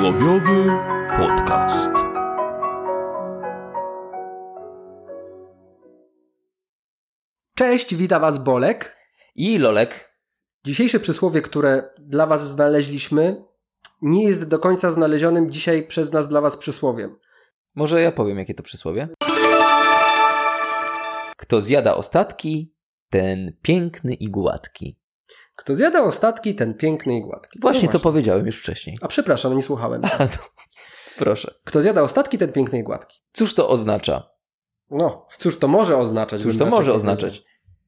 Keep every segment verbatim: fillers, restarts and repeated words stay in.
Przysłowiowy podcast. Cześć, witam was Bolek i Lolek. Dzisiejsze przysłowie, które dla was znaleźliśmy, nie jest do końca znalezionym dzisiaj przez nas dla was przysłowiem. Może ja powiem, jakie to przysłowie? Kto zjada ostatki, ten piękny i gładki. Kto zjada ostatki, ten piękny i gładki. Właśnie, no to powiedziałem już wcześniej. A przepraszam, nie słuchałem. A, to... Proszę. Kto zjada ostatki, ten piękny i gładki. Cóż to oznacza? No, cóż to może oznaczać? Cóż to może oznaczać?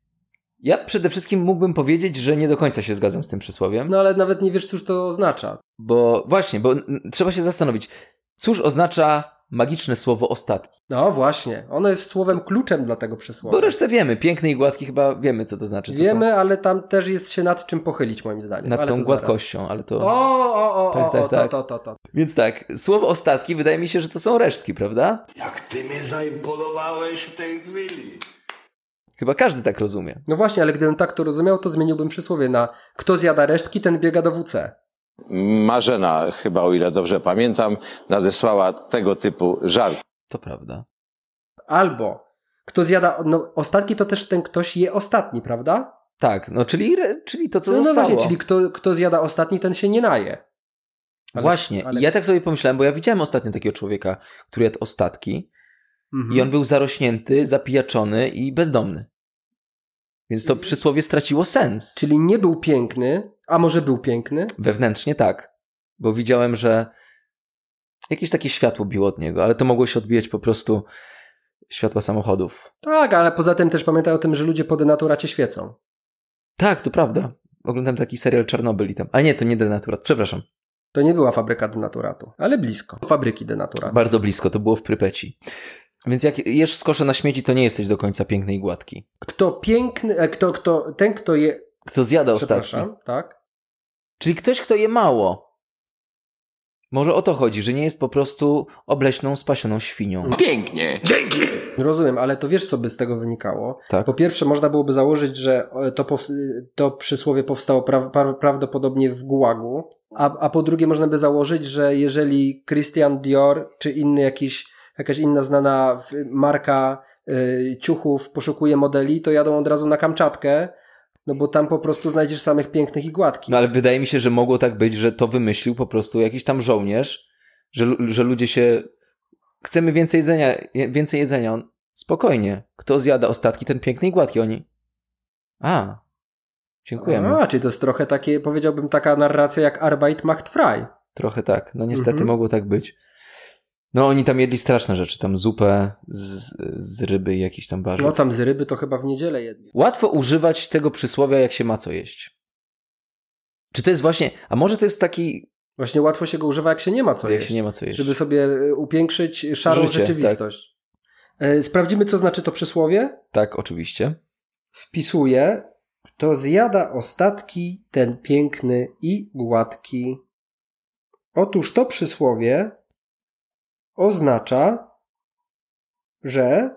Ja przede wszystkim mógłbym powiedzieć, że nie do końca się zgadzam z tym przysłowiem. No ale nawet nie wiesz, cóż to oznacza. Bo właśnie, bo trzeba się zastanowić, cóż oznacza magiczne słowo ostatki. No właśnie, ono jest słowem kluczem dla tego przysłowia. Bo resztę wiemy, piękny i gładki chyba wiemy, co to znaczy. To wiemy, są... ale tam też jest się nad czym pochylić, moim zdaniem. Nad ale tą to gładkością, zaraz. ale to... O, o, o, tak, o, tak, o tak. to, to, to, to. Więc tak, słowo ostatki wydaje mi się, że to są resztki, prawda? Jak ty mnie zaimponowałeś w tej chwili. Chyba każdy tak rozumie. No właśnie, ale gdybym tak to rozumiał, to zmieniłbym przysłowie na kto zjada resztki, ten biega do W C. Marzena, chyba o ile dobrze pamiętam, nadesłała tego typu żart. To prawda. Albo kto zjada, no ostatki to też ten ktoś je ostatni, prawda? Tak, no czyli, czyli to, co no, zostało. No właśnie, czyli kto, kto zjada ostatni, ten się nie naje. Ale, właśnie, ale... ja tak sobie pomyślałem, bo ja widziałem ostatnio takiego człowieka, który jadł ostatki mhm. i on był zarośnięty, zapijaczony i bezdomny. Więc to przysłowie straciło sens. Czyli nie był piękny, a może był piękny? Wewnętrznie tak, bo widziałem, że jakieś takie światło biło od niego, ale to mogło się odbijać po prostu światła samochodów. Tak, ale poza tym też pamiętaj o tym, że ludzie po denaturacie świecą. Tak, to prawda. Oglądam taki serial Czarnobyl i tam. A nie, to nie denaturat, przepraszam. To nie była fabryka denaturatu, ale blisko. Fabryki denaturatu. Bardzo blisko, to było w Prypeci. Więc jak jesz skosze na śmieci, to nie jesteś do końca piękny i gładki. Kto piękny, kto, kto, ten kto je... Kto zjada ostatki. Tak. Czyli ktoś, kto je mało. Może o to chodzi, że nie jest po prostu obleśną, spasioną świnią. Pięknie. Dzięki. Rozumiem, ale to wiesz, co by z tego wynikało? Tak. Po pierwsze, można byłoby założyć, że to, pows- to przysłowie powstało pra- pra- prawdopodobnie w Gułagu, a, a po drugie można by założyć, że jeżeli Christian Dior czy inny jakiś, jakaś inna znana marka y, ciuchów poszukuje modeli, to jadą od razu na Kamczatkę, no bo tam po prostu znajdziesz samych pięknych i gładkich. No ale wydaje mi się, że mogło tak być, że to wymyślił po prostu jakiś tam żołnierz, że, że ludzie się... Chcemy więcej jedzenia, więcej jedzenia. On, spokojnie. Kto zjada ostatki, ten piękny i gładki. Oni... A, dziękujemy. A, czyli to jest trochę takie, powiedziałbym, taka narracja jak Arbeit macht frei. Trochę tak. No niestety mhm. mogło tak być. No oni tam jedli straszne rzeczy. Tam zupę z, z ryby i jakieś tam warzyw. No tam z ryby to chyba w niedzielę jedli. Łatwo używać tego przysłowia, jak się ma co jeść. Czy to jest właśnie... A może to jest taki... Właśnie łatwo się go używa, jak się nie ma co jak jeść. się nie ma co jeść. Żeby sobie upiększyć szarą Życie, rzeczywistość. Tak. Sprawdzimy, co znaczy to przysłowie? Tak, oczywiście. Wpisuję. Kto zjada ostatki, ten piękny i gładki. Otóż to przysłowie oznacza, że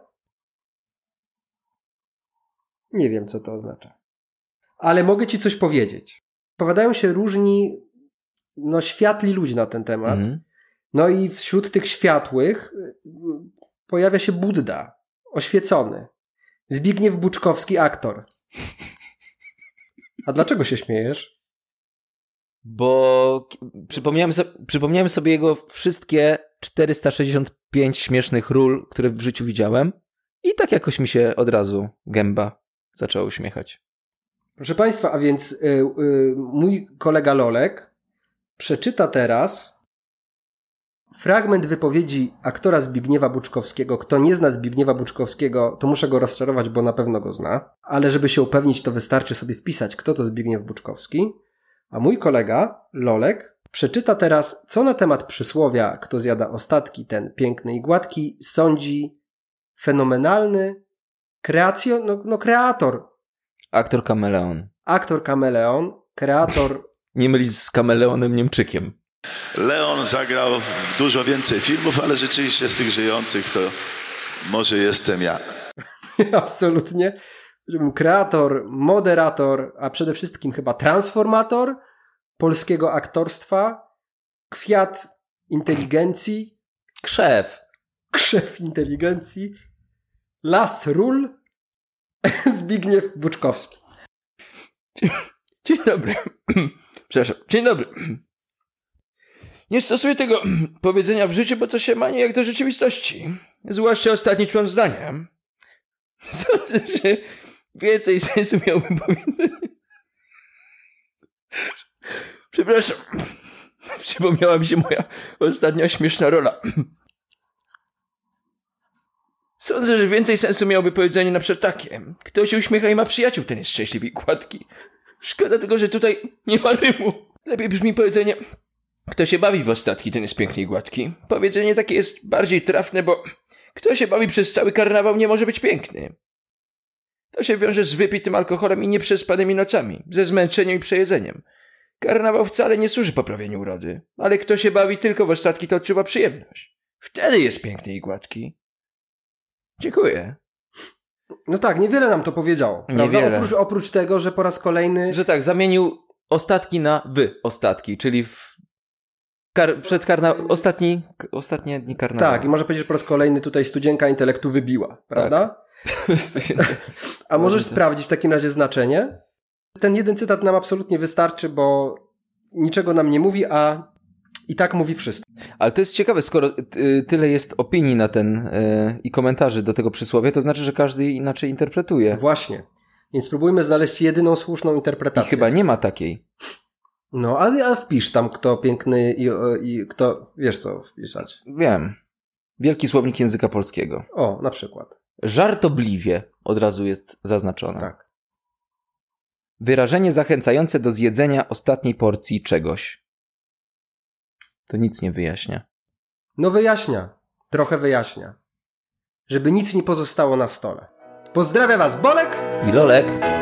nie wiem, co to oznacza. Ale mogę ci coś powiedzieć. Powiadają się różni no światli ludzie na ten temat. Mm. No i wśród tych światłych pojawia się Budda, oświecony. Zbigniew Buczkowski, aktor. A dlaczego się śmiejesz? Bo przypomniałem, so, przypomniałem sobie jego wszystkie czterysta sześćdziesiąt pięć śmiesznych ról, które w życiu widziałem i tak jakoś mi się od razu gęba zaczęła uśmiechać. Proszę Państwa, a więc y, y, mój kolega Lolek przeczyta teraz fragment wypowiedzi aktora Zbigniewa Buczkowskiego. Kto nie zna Zbigniewa Buczkowskiego, to muszę go rozczarować, bo na pewno go zna. Ale żeby się upewnić, to wystarczy sobie wpisać, kto to Zbigniew Buczkowski. A mój kolega Lolek przeczyta teraz, co na temat przysłowia kto zjada ostatki, ten piękny i gładki, sądzi fenomenalny kreacjo, no, no kreator. Aktor kameleon. Aktor kameleon, kreator... Nie mylić z kameleonem Niemczykiem. Leon zagrał dużo więcej filmów, ale rzeczywiście z tych żyjących to może jestem ja. Absolutnie. Żebym kreator, moderator, a przede wszystkim chyba transformator polskiego aktorstwa, kwiat inteligencji, Krzew. krzew inteligencji, las ról, Zbigniew Buczkowski. Dzień, dzień dobry. Przepraszam. Dzień dobry. Nie stosuję tego powiedzenia w życiu, bo to się ma niejak do rzeczywistości. Zwłaszcza ostatni człon zdania. Sądzę, że więcej sensu miałby powiedzenie. Przepraszam. Przypomniała mi się moja ostatnia śmieszna rola. Sądzę, że więcej sensu miałoby powiedzenie na przykład takie. Kto się uśmiecha i ma przyjaciół, ten jest szczęśliwy i gładki. Szkoda tylko, że tutaj nie ma rymu. Lepiej brzmi powiedzenie, kto się bawi w ostatki, ten jest piękny i gładki. Powiedzenie takie jest bardziej trafne, bo kto się bawi przez cały karnawał, nie może być piękny. To się wiąże z wypitym alkoholem i nieprzespanymi nocami, ze zmęczeniem i przejedzeniem. Karnawał wcale nie służy poprawieniu urody, ale kto się bawi tylko w ostatki, to odczuwa przyjemność. Wtedy jest piękny i gładki. Dziękuję. No tak, niewiele nam to powiedziało. Prawda? Niewiele. Oprócz, oprócz tego, że po raz kolejny... Że tak, zamienił ostatki na wy ostatki, czyli w kar- przed karnawałem, ostatni, ostatnie dni karnawału. Tak, i może powiedzieć, że po raz kolejny tutaj studzienka intelektu wybiła, prawda? Tak. A możesz sprawdzić w takim razie znaczenie? Ten jeden cytat nam absolutnie wystarczy, bo niczego nam nie mówi, a i tak mówi wszystko. Ale to jest ciekawe, skoro y, tyle jest opinii na ten y, i komentarzy do tego przysłowia, to znaczy, że każdy inaczej interpretuje. Właśnie. Więc spróbujmy znaleźć jedyną słuszną interpretację. I chyba nie ma takiej. No, ale, ale wpisz tam, kto piękny i, i kto... Wiesz co wpisać? Wiem. Wielki słownik języka polskiego. O, na przykład. Żartobliwie od razu jest zaznaczone. Tak. Wyrażenie zachęcające do zjedzenia ostatniej porcji czegoś. To nic nie wyjaśnia. No wyjaśnia. Trochę wyjaśnia. Żeby nic nie pozostało na stole. Pozdrawiam was, Bolek! I Lolek.